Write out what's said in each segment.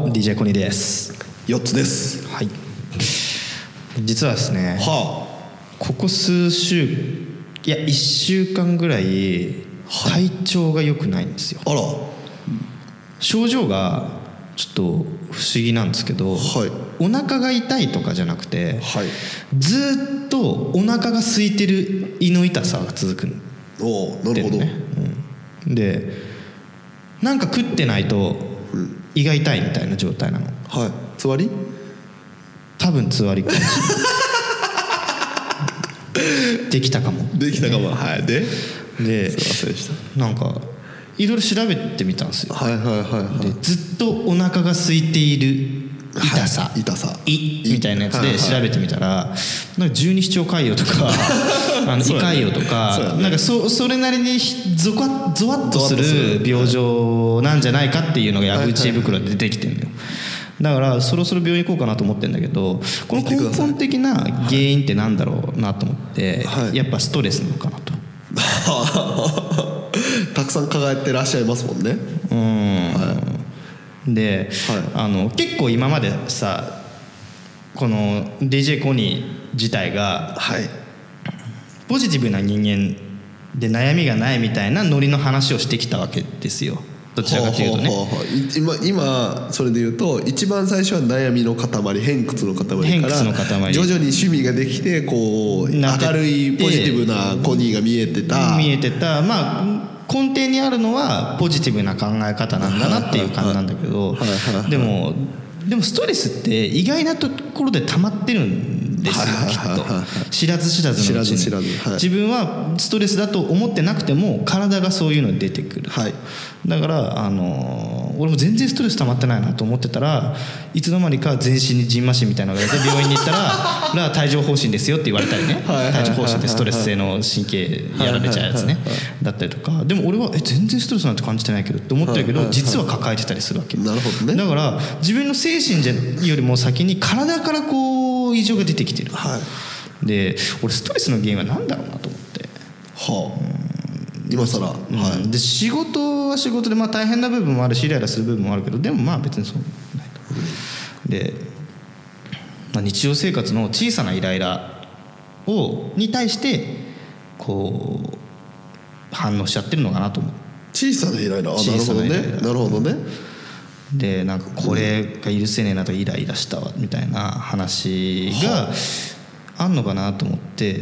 も DJ コニーです。 4つです。 はい。実はですね、ここ数週いや1週間ぐらい体調が良くないんですよ。 あら。 症状がちょっと不思議なんですけど、お腹が痛いとかじゃなくて、ずっとお腹が空いてる胃の痛さが続くんだよね。 なるほど。 でなんか食ってないと胃が痛いみたいな状態なの。 つわり？ 多分つわりかもしれないできたかも。 できたかも。ですいませんでした。なんかいろいろ調べてみたんですよ。でずっとお腹が空いている痛さ胃みたいなやつで調べてみたら、なんか十二指腸潰瘍とか胃潰瘍とか、なんかそれなりにゾワッとする病状なんじゃないかっていうのがヤフー知恵袋で出てきてるのよ。だからそろそろ病院行こうかなと思ってるんだけど、この根本的な原因ってなんだろうなと思って、やっぱストレスなのかなと。 たくさん抱えてらっしゃいますもんね。 で、結構今までさ、この DJ コニー自体が、ポジティブな人間で悩みがないみたいなノリの話をしてきたわけですよ。どちらかというとね。 今それで言うと、一番最初は悩みの塊、偏屈の塊から徐々に趣味ができて、こう明るいポジティブなコニーが見えてた。まあ根底にあるのはポジティブな考え方なんだなっていう感じなんだけど、でもストレスって意外なところで溜まってるんですよ、きっと。知らず知らずのうちに自分はストレスだと思ってなくても体がそういうのに出てくる。だから俺も全然ストレス溜まってないなと思ってたら、いつの間にか全身にジンマシンみたいなのが出て、病院に行ったら帯状疱疹ですよって言われたりね。帯状疱疹ってストレス性の神経やられちゃうやつね、だったりとか。でも俺は全然ストレスなんて感じてないけどって思ってるけど、実は抱えてたりするわけ。 なるほどね。 だから自分の精神よりも先に体からこう異常が出てきてる。で俺ストレスの原因は何だろうなと思って、 今更、 で仕事は仕事で、まあ大変な部分もあるしイライラする部分もあるけど、でもまあ別にそうないと。で、日常生活の小さなイライラに対してこう反応しちゃってるのかなと思う。 小さなイライラ。なるほどね。 でなんかこれが許せねえなとイライラしたわみたいな話があんのかなと思って、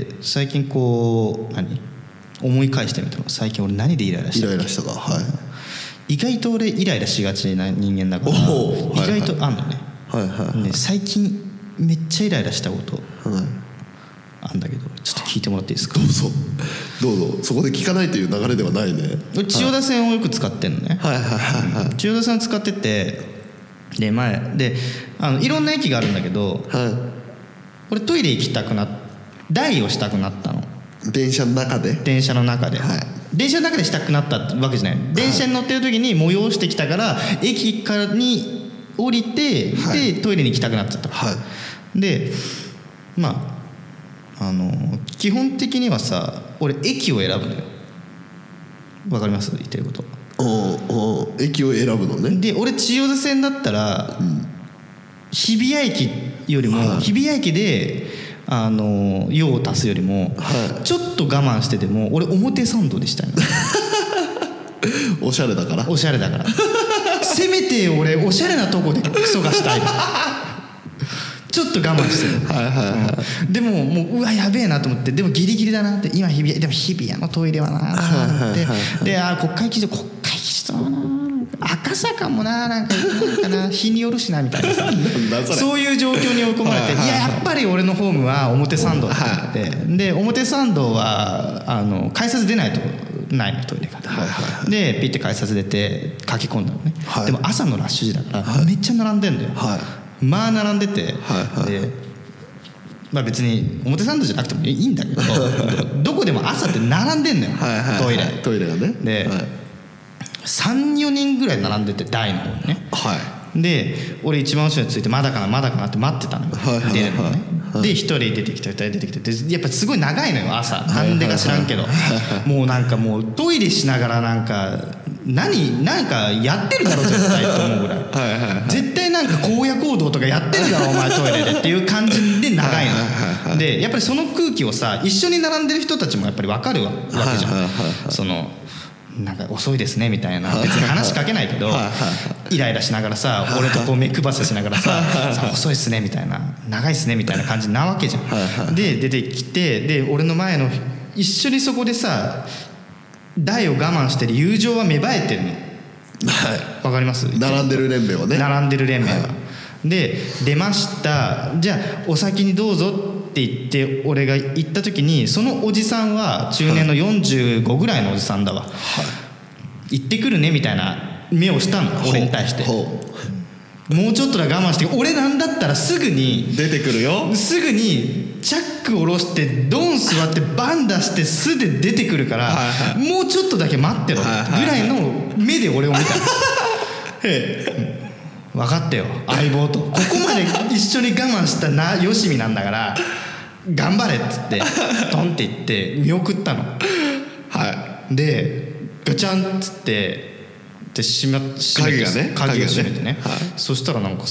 最近こう思い返してみたの。最近俺何でイライラしたっけ。意外と俺イライラしがちな人間だから、意外とあんのね。最近めっちゃイライラしたことあんだけど、ちょっと聞いてもらっていいですか。 どうぞ。そこで聞かないという流れではないね。 千代田線をよく使ってんのね。千代田線使ってて、で前でいろんな駅があるんだけど、俺トイレ行きたく台をしたくなったの。 電車の中で電車の中でしたくなったわけじゃない。電車に乗ってる時に催してきたから、駅からに降りて、でトイレに行きたくなっちゃった。でまあ基本的にはさ、俺駅を選ぶのよ。わかります？言ってること。 駅を選ぶのね。 で俺千代田線だったら、日比谷駅よりも、日比谷駅で用を足すよりも、ちょっと我慢してでも俺表参道でしたいの。 おしゃれだからせめて俺おしゃれなとこでクソがしたいの。ちょっと我慢してる。でももうやべえなと思って、でもギリギリだなって。今日比谷のトイレはなって、で国会議事堂赤坂もなんか日によるしなみたいなさそういう状況に追い込まれて、やっぱり俺のホームは表参道だって、で表参道は改札出ないとないの、トイレが。でピッて改札出て駆け込んだのね。でも朝のラッシュ時だからめっちゃ並んでんだよ。まあ並んでて、でまあ別に表参道じゃなくてもいいんだけど、どこでも朝って並んでんのよ、トイレがね。で3、4人ぐらい並んでて、台の方にね。で俺一番後ろについてまだかなって待ってたのよ、出るのね。で一人出てきて2人出てきて、でやっぱすごい長いのよ朝。なんでか知らんけど、もうなんかもうトイレしながらなんかなんかやってるだろ絶対と思うぐらい絶対なんか荒野行動とかやってるだろお前トイレでっていう感じで長いので、やっぱりその空気をさ一緒に並んでる人たちもやっぱり分かるわけじゃん。そのなんか遅いですねみたいな、別に話しかけないけどイライラしながらさ、俺とこう目配せしながらさ遅いっすねみたいな、長いっすねみたいな感じなわけじゃん。で出てきて、で俺の前の一緒にそこでさ台を我慢してる友情は芽生えてるの。わかります？ 並んでる連盟はね。 並んでる連盟は。で出ました、じゃあお先にどうぞって言って俺が行った時に、そのおじさんは中年の45ぐらいのおじさんだわ、行ってくるねみたいな目をしたの俺に対して。もうちょっとだ我慢して、俺なんだったらすぐに出てくるよ、 すぐにチャック下ろしてドン座ってバン出して素で出てくるから、もうちょっとだけ待ってろぐらいの目で俺を見た分かったよ相棒と、ここまで一緒に我慢したなよしみなんだから頑張れっつってトンって言って見送ったの。でガチャンっつってで鍵が閉めてね、そしたらなんか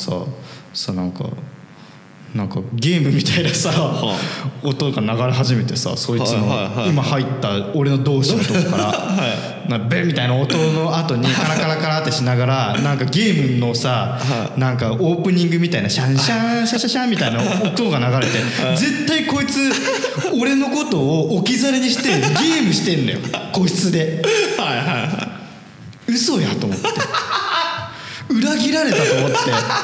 なんかゲームみたいなさ、音が流れ始めてさ、そいつの今入った俺の同士のとこからベンみたいな音の後にカラカラカラってしながらなんかゲームのさなんかオープニングみたいなシャンシャンシャシャシャンみたいな音が流れて絶対こいつ俺のことを置き去りにしてゲームしてんのよ個室で。嘘やと思って裏切られたと思って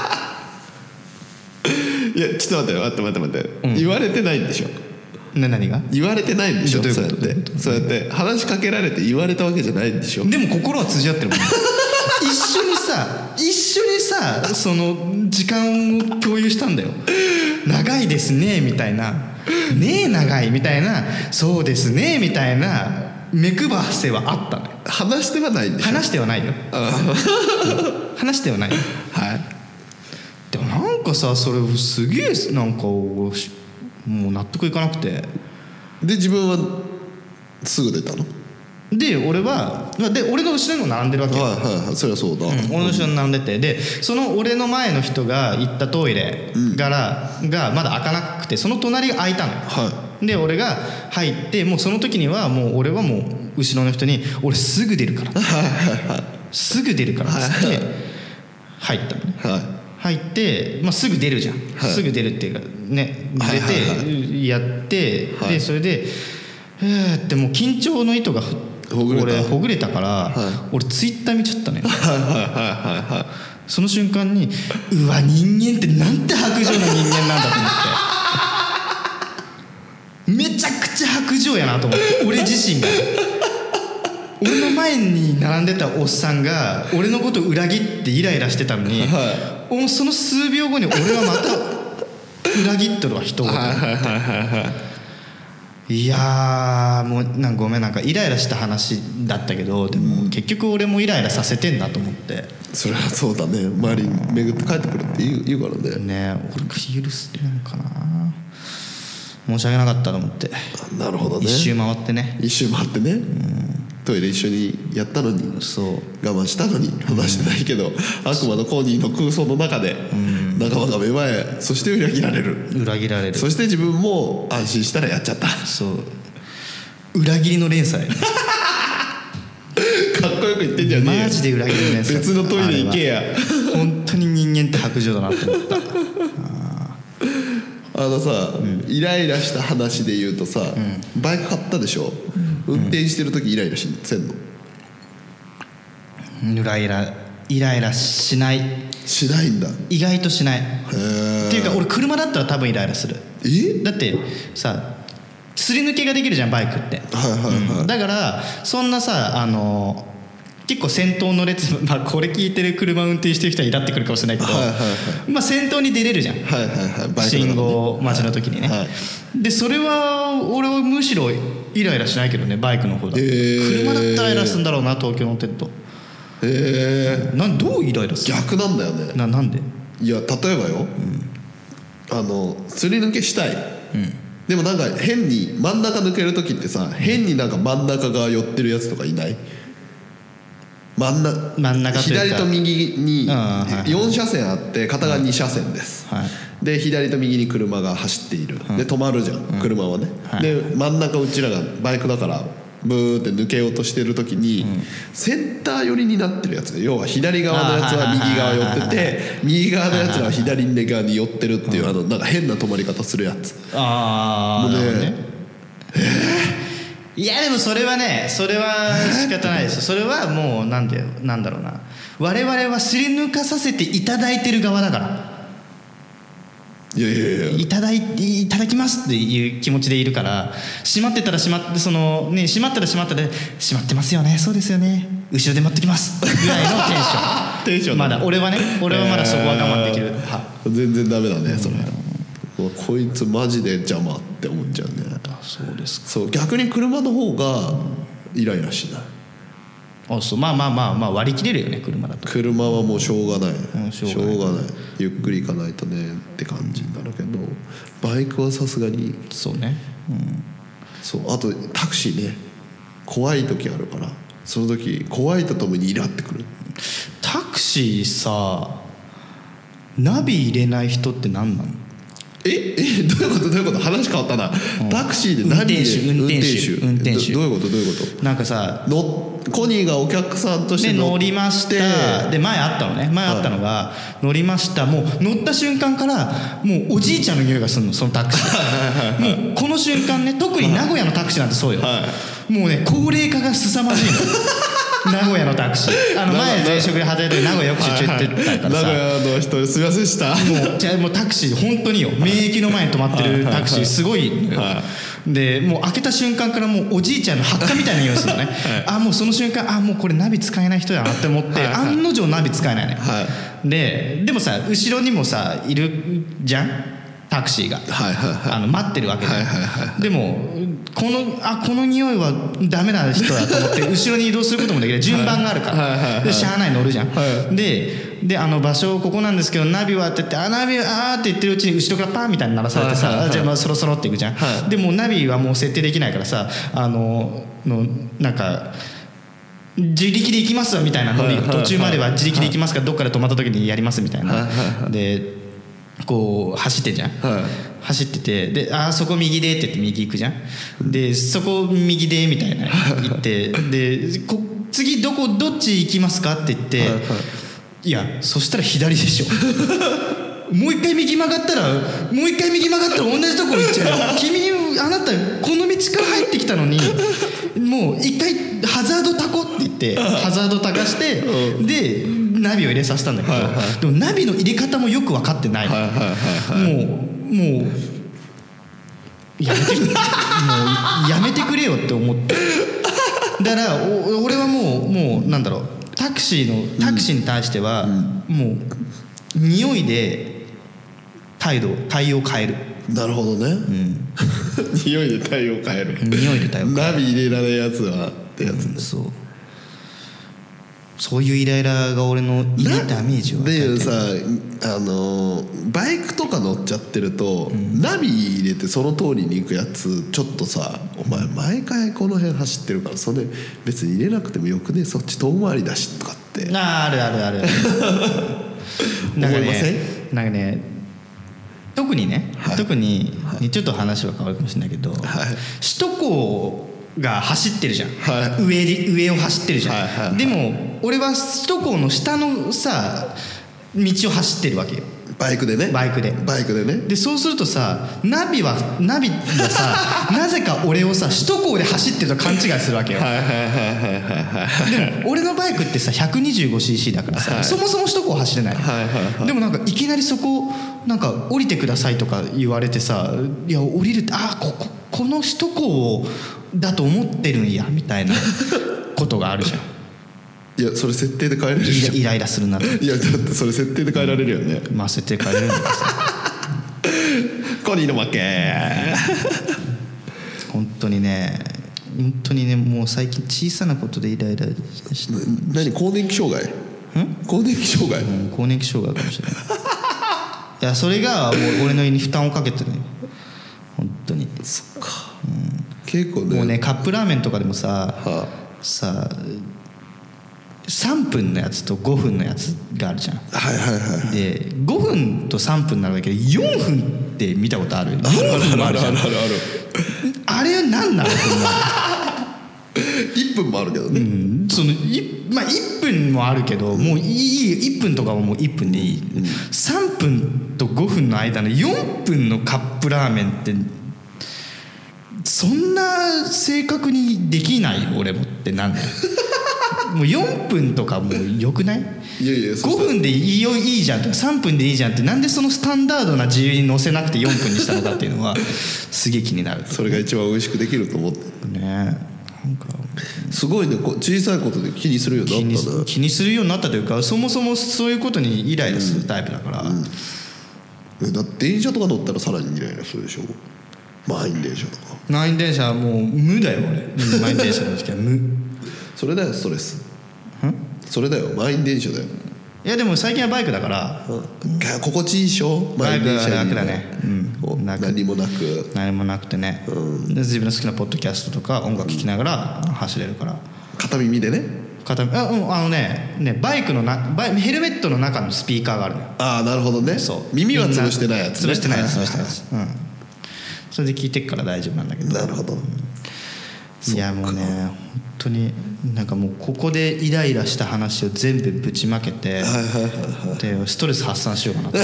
いやちょっと待って、言われてないんでしょ。 何が言われてないんでしょ。そうやって話しかけられて言われたわけじゃないんでしょ。 でも心は通じ合ってるもん一緒にさその時間を共有したんだよ。長いですねみたいな、ねえ長いみたいな、そうですねみたいな目配せはあったのよ。 話してはないんでしょ。 話してはないよ話してはないよ。でもなんかさそれすげえなんかもう納得いかなくて、 で自分はすぐ出たので俺の後ろにも並んでるわけよ。 そりゃそうだ、 俺の後ろに並んでて、でその俺の前の人が行ったトイレがまだ開かなくて、その隣が開いたのよ、で俺が入って、もうその時にはもう俺はもう後ろの人に俺すぐ出るからすぐ出るからっつって入ったのね、入って、すぐ出るじゃん、すぐ出るっていうかね、出てやって、でそれでってもう緊張の糸が俺ほぐれたから、俺ツイッター見ちゃったのよその瞬間にうわ人間ってなんて薄情な人間なんだと思ってめちゃくちゃ薄情やなと思って、俺自身が俺の前に並んでたおっさんが俺のこと裏切ってイライラしてたのに、その数秒後に俺はまた裏切っとるわ人をいやもうごめん、なんかイライラした話だったけど、でも結局俺もイライラさせてんだと思って。 それはそうだね、周りに巡って帰ってくるって言うからね。 俺許すってなんかな、申し訳なかったと思って。 なるほどね。 一周回ってね、 トイレ一緒にやったのに、我慢したのに話してないけど、悪魔のコーニーの空想の中で仲間が芽生え、そして裏切られる、そして自分も安心したらやっちゃった。 裏切りの連載かっこよく言ってんじゃねえよ、 マジで裏切りの連載。 別のトイレ行けや。 本当に人間って薄情だなと思ったイライラした話で言うとさ、バイク買ったでしょ、運転してる時イライラせんの？ イライラしないんだ。 意外としない。っていうか俺車だったら多分イライラする。だってさすり抜けができるじゃんバイクって、だからそんなさ結構先頭の列、これ聞いてる車運転してる人はイラってくるかもしれないけど、先頭に出れるじゃん、信号待ちの時にね、でそれは俺はむしろイライラしないけどね、バイクの方だ。車だったらイライラするんだろうな、東京乗ってると。どうイライラする？ 逆なんだよね。 なんで？ いや例えばよ、すり抜けしたい、でもなんか変に真ん中抜ける時ってさ、変になんか真ん中が寄ってるやつとかいない？ 真ん中というか左と右に4車線あって片側2車線です、はい、で左と右に車が走っている、で止まるじゃん、車はね、はい、で真ん中うちらがバイクだからブーって抜けようとしてる時に、センター寄りになってるやつ、要は左側のやつは右側寄ってて、右側のやつは左側に寄ってるっていう、なんか変な止まり方するやつ。もうね、 いやでもそれは仕方ないですよ。それはもうなんだろうな、我々はすり抜かさせていただいてる側だから、いただきますっていう気持ちでいるから、閉まってたら閉まって閉まったら閉まったで閉まってますよね、そうですよね、後ろで待ってきますぐらいのテンションまだ俺はまだそこは我慢できる、 全然ダメだねそれ、こいつマジで邪魔って思っちゃうね。 そうですか。 そう、逆に車の方がイライラしない。 そう、まあ割り切れるよね、車だと。 車はもうしょうがない、しょうがない、ゆっくり行かないとねって感じになるけど、バイクはさすがにそうね、 そう。あとタクシーね、怖い時あるから、その時怖いとともにイラってくる。 タクシーさ、ナビ入れない人って何なの？ どういうこと話変わったな、タクシーでナビで運転手どういうことなんかさ、 コニーがお客さんとして乗りました。で前あったのが、乗りました。もう乗った瞬間からもうおじいちゃんの匂いがするの、そのタクシーもうこの瞬間ね、特に名古屋のタクシーなんてそうよ、もうね、高齢化が凄まじいの名古屋のタクシー、前前職で働いてる名古屋よく出張行ってたからさ、 名古屋の人すみませんでした。 もうタクシー本当によ、免疫の前に止まってるタクシーすごい、でもう開けた瞬間からもうおじいちゃんの発火みたいな匂いするのねもうその瞬間、もうこれナビ使えない人だなって思って、案の定ナビ使えないね、でもさ、後ろにもさいるじゃん、タクシーが、待ってるわけで、でもこの匂いはダメな人だと思って後ろに移動することもできない、順番があるから、でしゃあない乗るじゃん、で場所ここなんですけどナビはって言って、ナビはって言ってるうちに後ろからパーンみたいに鳴らされてさ、じゃあそろそろっていくじゃん、でもナビはもう設定できないからさ、なんか自力で行きますわみたいなノリ、途中までは自力で行きますから、どっかで止まった時にやりますみたいな、でこう走ってんじゃん、走ってて、でそこ右でって言って右行くじゃん、でそこ右でみたいな言ってで次どっち行きますかって言って、いやそしたら左でしょもう一回右曲がったら同じところ行っちゃうあなたこの道から入ってきたのにもう一回ハザードタコって言ってハザードタカして、でナビを入れさせたんだけど、でもナビの入れ方もよく分かってない、もうやめてくれよって思って、だから俺はもうなんだろう、タクシーに対しては、もう匂いで対応変える。 なるほどね、匂いで対応変える、ナビ入れられるやつはってやつ、 そういうイライラが俺のいいダメージを与えてる。 でさ、バイクとか乗っちゃってると、ナビ入れてその通りに行くやつちょっとさ、お前毎回この辺走ってるからそれ別に入れなくてもよくね、そっち遠回りだしとかってある思いません？ なんかね、特にちょっと話は変わるかもしれないけど、首都高が走ってるじゃん、上を走ってるじゃん、でも俺は首都高の下のさ道を走ってるわけよ、バイクでね。でそうするとさ、ナビはさなぜか俺をさ首都高で走ってると勘違いするわけよ。でも俺のバイクってさ 125cc だからさ、そもそも首都高走れない、でもなんかいきなりそこなんか降りてくださいとか言われてさ、いや降りるってこの首都高だと思ってるんやみたいなことがあるじゃん。 いやそれ設定で変えれるじゃん。 イライラするなと。 いやだってそれ設定で変えられるよね。 まあ設定変えれるんだけどさコニーの負け本当にねもう最近小さなことでイライラして何、更年期障害？更年期障害？ 更年期障害かもしれないいやそれがもう俺の胃に負担をかけてるね本当に。 そっか、結構ねもうねカップラーメンとかでもさ、 3分のやつと5分のやつがあるじゃん。 はいはいはい、 で5分と3分なるだけで4分って見たことある？ あるあれ何なの？ 1分もあるけどね、 そのまあ1分もあるけど、もういい1分とかはもう1分でいい、3分と5分の間の4分のカップラーメンってそんな正確にできない俺もってなんだよもう4分とかもうよくない？ いやいや、 5分でいいじゃんとか3分でいいじゃんって、なんでそのスタンダードな自由に乗せなくて4分にしたのかっていうのはすげえ気になる。 それが一番美味しくできると思ってね。なんかすごいね、小さいことで気にするようになったね。 気にするようになったというか、そもそもそういうことにイライラするタイプだから、 だって電車とか乗ったらさらにイライラするでしょ。満員電車とか。 満員電車はもう無だよ俺。満員電車の時は無それだよストレス。それだよ満員電車だよ。 いやでも最近はバイクだから、 心地いいでしょ。 バイクは楽だね、 何もなくてね、で自分の好きなポッドキャストとか音楽聴きながら走れるから、 片耳でね。 バイクのヘルメットの中のスピーカーがあるのよ。 ああなるほどね。 そう耳は潰してないやつ、ね、 潰してないやつ、それで聞いてっから大丈夫なんだけど。 なるほど。 いやもうね本当になんかもうここでイライラした話を全部ぶちまけて、でストレス発散しようかなって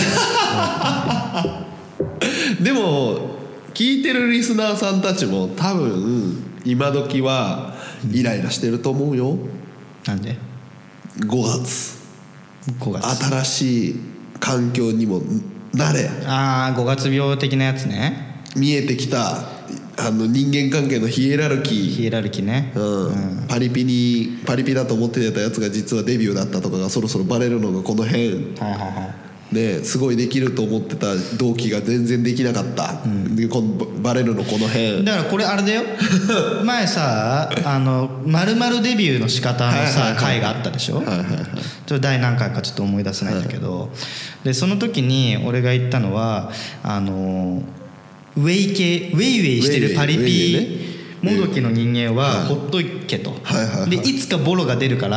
でも聞いてるリスナーさんたちも多分今時はイライラしてると思うよ。 なんで 5月新しい環境にも慣れ、 5月病的なやつね。 見えてきた人間関係のヒエラルキーね、 パリピだと思ってたやつが実はデビューだったとかがそろそろバレるのがこの辺、すごいできると思ってた同期が全然できなかった、でバレるのこの辺だからこれあれだよ前さ〇〇デビューの仕方のさ回があったでしょ。ちょっと第何回かちょっと思い出せないんだけど、でその時に俺が言ったのはウェイしてるパリピもどきの人間はほっとけと、でいつかボロが出るから、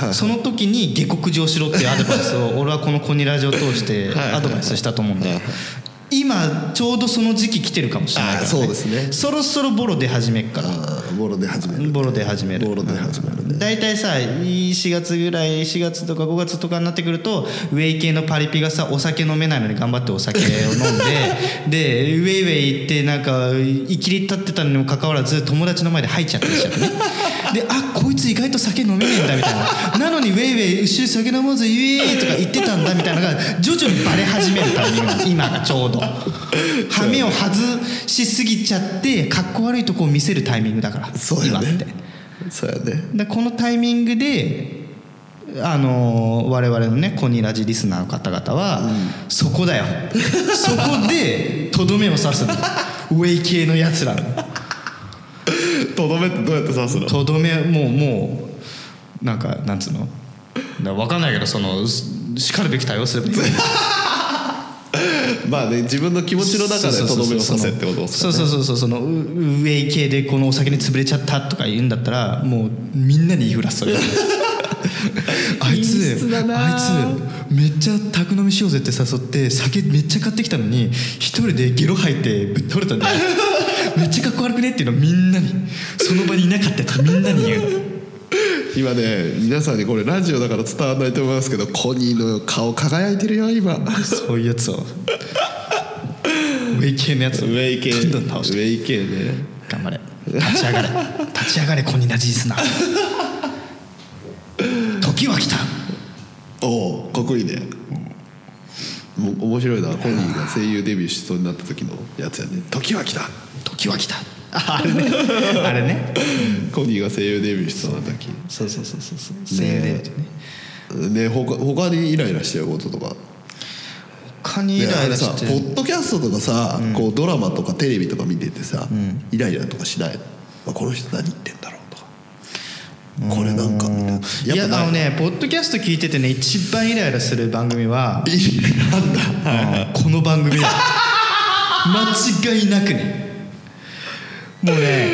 その時に下克上しろっていうアドバイスを俺はこのコニラジを通してアドバイスしたと思うんで、今ちょうどその時期来てるかもしれないから、ね、 そうですね。 そろそろボロ出始めっから。 ボロ出始めるね。 大体さ4月とか5月とかになってくるとウェイ系のパリピがさお酒飲めないのに頑張ってお酒を飲んででウェイ行ってなんかいきり立ってたのにもかかわらず友達の前で吐いちゃったりしちゃってねでこいつ意外と酒飲めねえんだみたいなのにウェイ一緒に酒飲もうぜイエーイとか言ってたんだみたいなのが徐々にバレ始めるタイミング今がちょうど羽目を外しすぎちゃってかっこ悪いとこを見せるタイミングだから、 そうやね、 今ってそうやね。 でこのタイミングで我々のねコニラジリスナーの方々は、そこだよそこでとどめを刺すのウェイ系のやつらのとどめってどうやって刺すの？ とどめもうなんかなんつうの分かんないけどしかるべき対応すればいいまあね、自分の気持ちの中でとどめを刺せってことですかね。 そうそのウェイ系でこのお酒に潰れちゃったとか言うんだったらもうみんなに言いふらすそれあいつめっちゃ宅飲みしようぜって誘って酒めっちゃ買ってきたのに一人でゲロ吐いてぶっ倒れたんだよめっちゃかっこ悪くねっていうのをみんなにその場にいなかったやつみんなに言う今ね皆さんにこれラジオだから伝わらないと思いますけどコニーの顔輝いてるよ今そういうやつをウェイ系のやつをウェイ系どんどん倒してウェイ系ね頑張れ立ち上がれコニーナジースナ時は来たおおかっこいいね、もう面白いなコニーが声優デビューしそうになった時のやつやね時は来たあれねコニーが声優デビューしそうな時そう声優デビューね他にイライラしてることとか他にイライラしてポッドキャストとかさ、こうドラマとかテレビとか見ててさ、イライラとかしないの？この人何言ってんだろうとかこれなんかみたいな。 いやポッドキャスト聞いててね一番イライラする番組はなんだこの番組だ間違いなくねもうね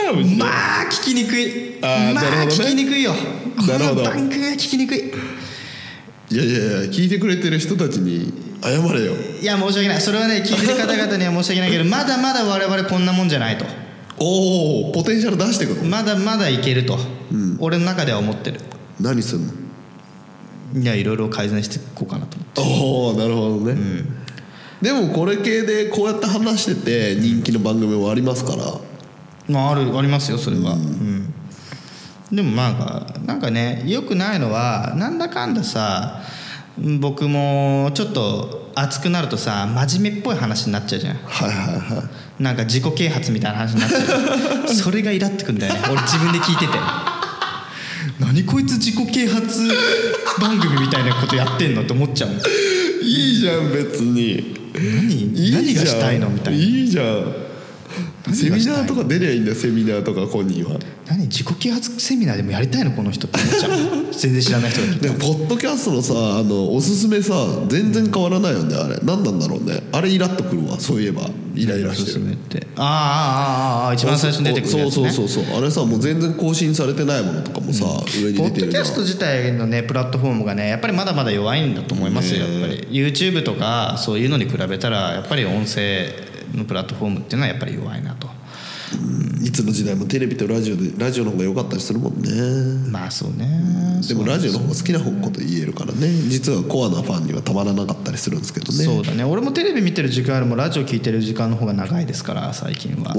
まあ聞きにくい。まあ聞きにくいよ。この番組は聞きにくい。 いや聞いてくれてる人たちに謝れよ。 いや申し訳ない。それはね聞いてる方々には申し訳ないけどまだまだ我々こんなもんじゃないと。 おおポテンシャル出してくる。 まだまだいけると、俺の中では思ってる。 何すんの？ いやいろいろ改善していこうかなと思って。 おおなるほどね、でもこれ系でこうやって話してて人気の番組もありますから。 ありますよそれは、でもなんかねよくないのはなんだかんださ僕もちょっと熱くなるとさ真面目っぽい話になっちゃうじゃん。なんか自己啓発みたいな話になっちゃうそれがイラってくんだよね俺自分で聞いてて何こいつ自己啓発番組みたいなことやってんのって思っちゃう。 いいじゃん別に。 何がしたいのみたいな。 いいじゃん。セミナーとか出りゃいいんだよ。セミナーとか本人は自己啓発セミナーでもやりたいのこの人って思っちゃう全然知らない人がでもポッドキャストのさおすすめさ全然変わらないよね。あれ何なんだろうね。あれイラッとくるわ。そういえばイライラしてるって一番最初に出てくるやつね。 そうあれさもう全然更新されてないものとかもさ、上に出てるじゃん。 ポッドキャスト自体のねプラットフォームがねやっぱりまだまだ弱いんだと思いますよ。やっぱり YouTube とかそういうのに比べたらやっぱり音声のプラットフォームっていうのはやっぱり弱いなと。 いつの時代もテレビとラジオの方が良かったりするもんね。 まあそうね。 でもラジオの方が好きなこと言えるからね。実はコアなファンにはたまらなかったりするんですけどね。 そうだね。俺もテレビ見てる時間よりもラジオ聞いてる時間の方が長いですから最近は。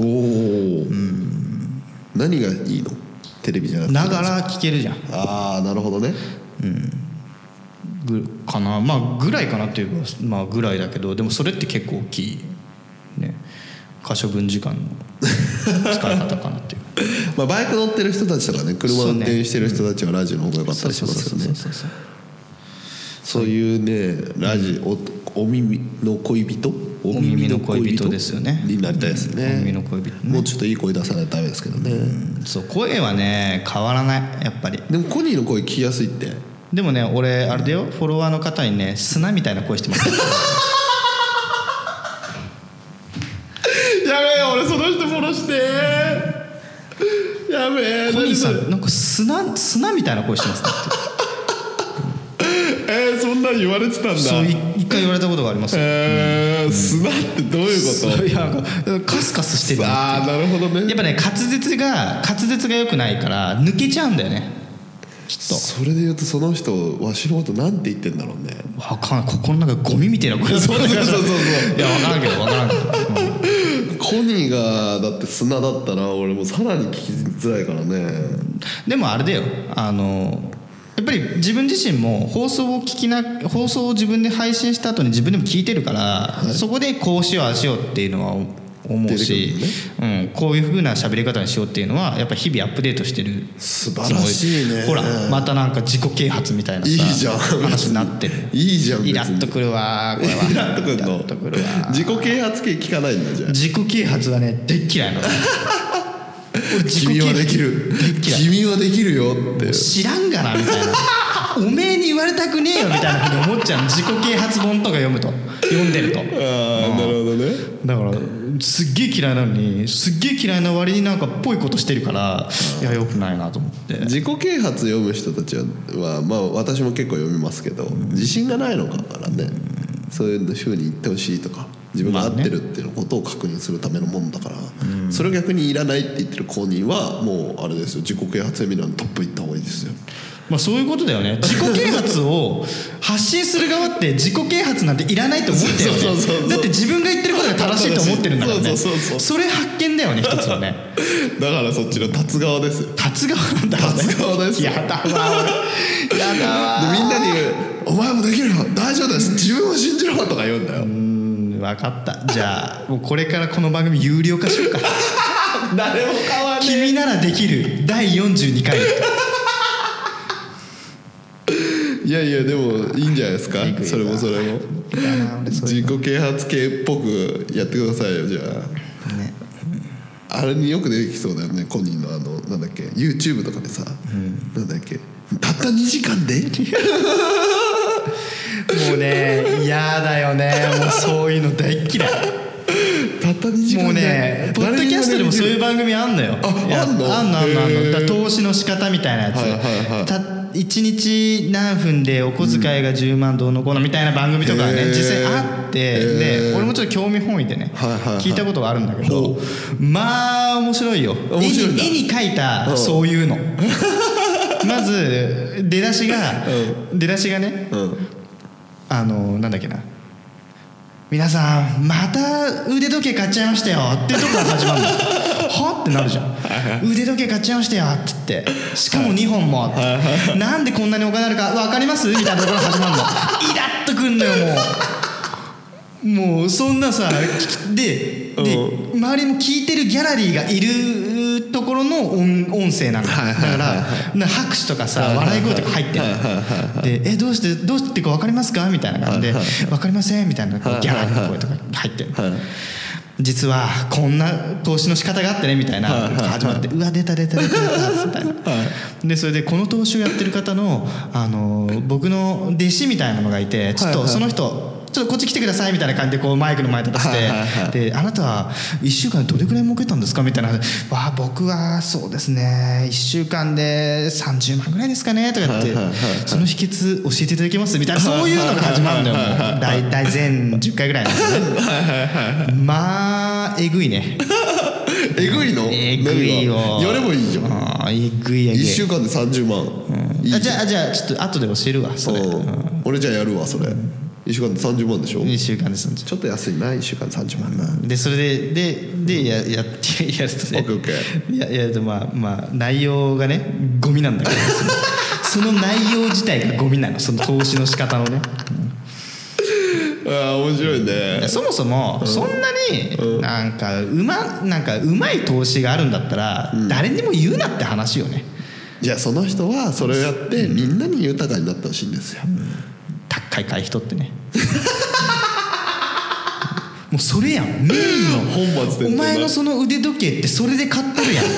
何がいいの？テレビじゃなくてながら聞けるじゃん。 ああなるほどね。 かなぐらいかなっていうかぐらいだけどでもそれって結構大きいね。可処分時間の使い方かなっていうバイク乗ってる人たちとかね車運転してる人たちはラジオの方が良かったりしますよね。そういうねラジオお耳の恋人お耳の恋人ですよねになりたいですね。 お耳の恋人、ね、 もうちょっといい声出さないとダメですけどね。 そう声はね変わらないやっぱり。でもコニーの声聞きやすいって。 でもね俺あれだよフォロワーの方にね砂みたいな声してますやべえ俺その人フォローしてやべえコニーさんなんか砂みたいな声してますねそんなん言われてたんだ。 そう一回言われたことがありますよ。 砂ってどういうこと？ いやカスカスしてる。 ああなるほどね。 やっぱね滑舌が良くないから抜けちゃうんだよねきっと。 それで言うとその人わしのことなんて言ってんだろうね。 分からんここの中ゴミみたいな声そういや分からんけどコニーがだって砂だったら俺もさらに聞きづらいからね。 でもあれだよやっぱり自分自身も放送を自分で配信した後に自分でも聞いてるから、そこでこうしようああしようっていうのは思うし、こういう風な喋り方にしようっていうのはやっぱ日々アップデートしてる。 素晴らしいね。 ほらまたなんか自己啓発みたいなさいいじゃん話になってる。 いいじゃん。 イラッとくるわこれは。 イラッとくるの。自己啓発系聞かないんだじゃあ。 自己啓発はねでっ嫌いなの君はできる君はできるよって知らんがなみたいなおめえに言われたくねえよみたいなふうに思っちゃう。自己啓発本とか読んでると。 ああなるほどね。 だからすっげえ嫌いなのにすっげえ嫌いな割になんかっぽいことしてるからいやよくないなと思って。 自己啓発読む人たちは私も結構読みますけど自信がないのからね。そういう風に言ってほしいとか自分が合ってるっていうことを確認するためのものだから、それを逆にいらないって言ってる公認はもうあれですよ自己啓発セミナーのトップ行った方がいいですよ。 そういうことだよね。自己啓発を発信する側って自己啓発なんていらないと思ってるよね。だって自分が言ってることが正しいと思ってるんだからね。それ発見だよね一つはね。 だからそっちの立つ側ですよ。 立つ側なんだろうね。 立つ側ですよ。 やだわ俺やだわ。 でみんなにお前もできるよ大丈夫です自分を信じろとか言うんだよ。 分かった。じゃあもうこれからこの番組有料化しようか誰も買わねえ君ならできる第42回いやいやでもいいんじゃないですか。それも自己啓発系っぽくやってくださいよじゃあ、ね、あれによく出てきそうだよねコニーのなんだっけ YouTube とかでさ、なんだっけたった2時間でもうね嫌だよねもうそういうの大っ嫌いたったた2時間でもうねポッドキャストでもそういう番組あんのよ。 あんのだから投資の仕方みたいなやつ、1日何分でお小遣いが10万どうのこうのみたいな番組とかね、実際あって、で俺もちょっと興味本位でね、聞いたことがあるんだけど、まあ面白いよ。絵に描いたそういうのまず出だしがね、なんだっけな、皆さんまた腕時計買っちゃいましたよっていうところから始まるんだはってなるじゃん。腕時計買っちゃいましたよって言って、しかも2本もなんでこんなにお金あるか分かりますみたいなところから始まるの。イラッとくんのよ。もうそんなさで周りも聞いてるギャラリーがいるところの音声なんだ。だから拍手とかさ笑い声とか入ってるで、どうしてか分かりますかみたいな感じで、分かりませんみたいなギャラリーの声とか入ってる。実はこんな投資の仕方があってねみたいな始まって、うわ出たみたいなで、それでこの投資をやってる方の僕の弟子みたいなのがいて、ちょっとその人ちょっとこっち来てくださいみたいな感じでこうマイクの前に立たせて、であなたは1週間でどれくらい儲けたんですかみたいな、僕はそうですね1週間で30万ぐらいですかねとか言って、その秘訣教えていただけますみたいな、そういうのが始まるんだよ。もう大体全10回ぐらいなんですねまあえぐいねえぐいの？ えぐいよ。 やればいいじゃん。 えぐい1 週間で30万、 じゃあちょっと後で教えるわそれ。 俺じゃあやるわそれ。1週間で30万でしょ。 1週間で30万。 ちょっと安いな1週間で30万な。 でそれでやるとね、やるとまあ内容がねゴミなんだけどその内容自体がゴミなの、その投資の仕方のね面白いね。 そもそもそんなになんかうまい投資があるんだったら誰にも言うなって話よね。 いやその人はそれをやってみんなに豊かになってほしいんですよ。 高い買い人ってねもうそれやん、メインの本末転倒。 お前のその腕時計ってそれで買ってるやん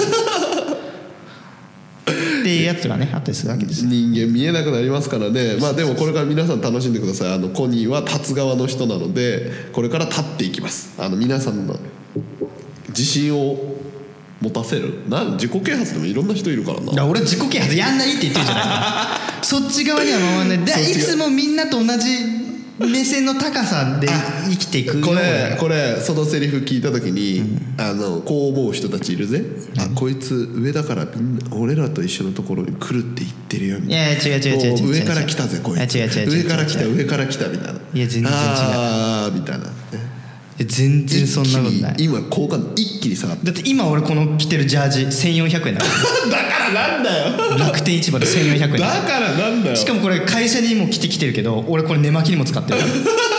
っていうやつがねあったりするわけですよ。 人間見えなくなりますからね。まあでもこれから皆さん楽しんでください。コニーは立つ側の人なのでこれから立っていきます。皆さんの自信を持たせる自己啓発でもいろんな人いるからな。 いや俺自己啓発やんないって言ってるじゃないそっち側には回んないで、いつもみんなと同じ目線の高さで生きていく。 これそのセリフ聞いた時に、こう思う人たちいるぜ。こいつ上だからみんな俺らと一緒のところに来るって言ってるよみたいな。 いや違う上から来たぜこいつ。上から来たみたいな。 いや全然違う。 みたいな。 全然そんなことない。 今好感度一気に下がった。 だって今俺この着てるジャージ1400円だからだからなんだよ楽天市場で1400円だからなんだよ。 しかもこれ会社にも着てきてるけど俺これ寝巻きにも使ってる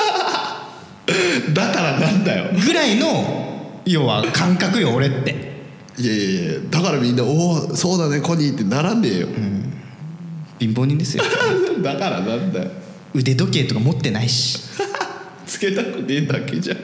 だからなんだよぐらいの要は感覚よ俺って。 いやだからみんなおおそうだねコニーってならんねえよ、 貧乏人ですよだからなんだよ。 腕時計とか持ってないしつけたくねえだけじゃん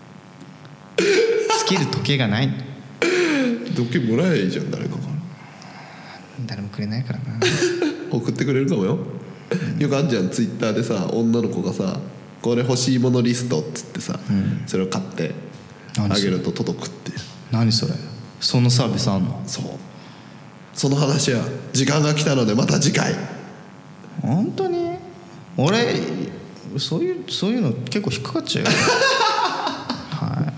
つける時計がない時計もらえばいいじゃん誰かから。 誰もくれないからな送ってくれるかもよ、よくあんじゃんツイッターでさ女の子がさこれ欲しいものリストっつってさ、それを買ってあげると届くっていう。 何それ、そのサービスあんの？ その話は時間が来たのでまた次回。 本当に俺そういうの結構引っかかっちゃうよはい、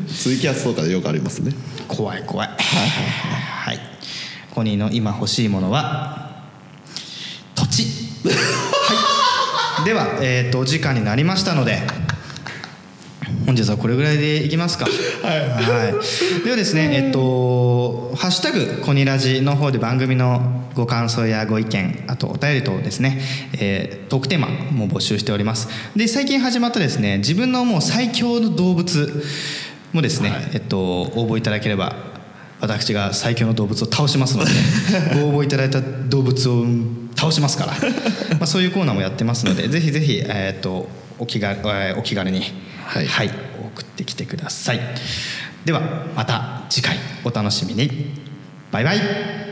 ツイキャスとかでよくありますね。 怖いはい、コニーの今欲しいものは土地はいでは、お時間になりましたので本日はこれぐらいでいきますか。ではですねハッシュタグコニラジの方で番組のご感想やご意見あとお便り等ですね、トークテーマも募集しております。で最近始まったですね自分のもう最強の動物もですね、応募いただければ私が最強の動物を倒しますのでご応募いただいた動物を倒しますからそういうコーナーもやってますのでぜひぜひ、お気軽にはい、送ってきてください。ではまた次回お楽しみに。バイバイ。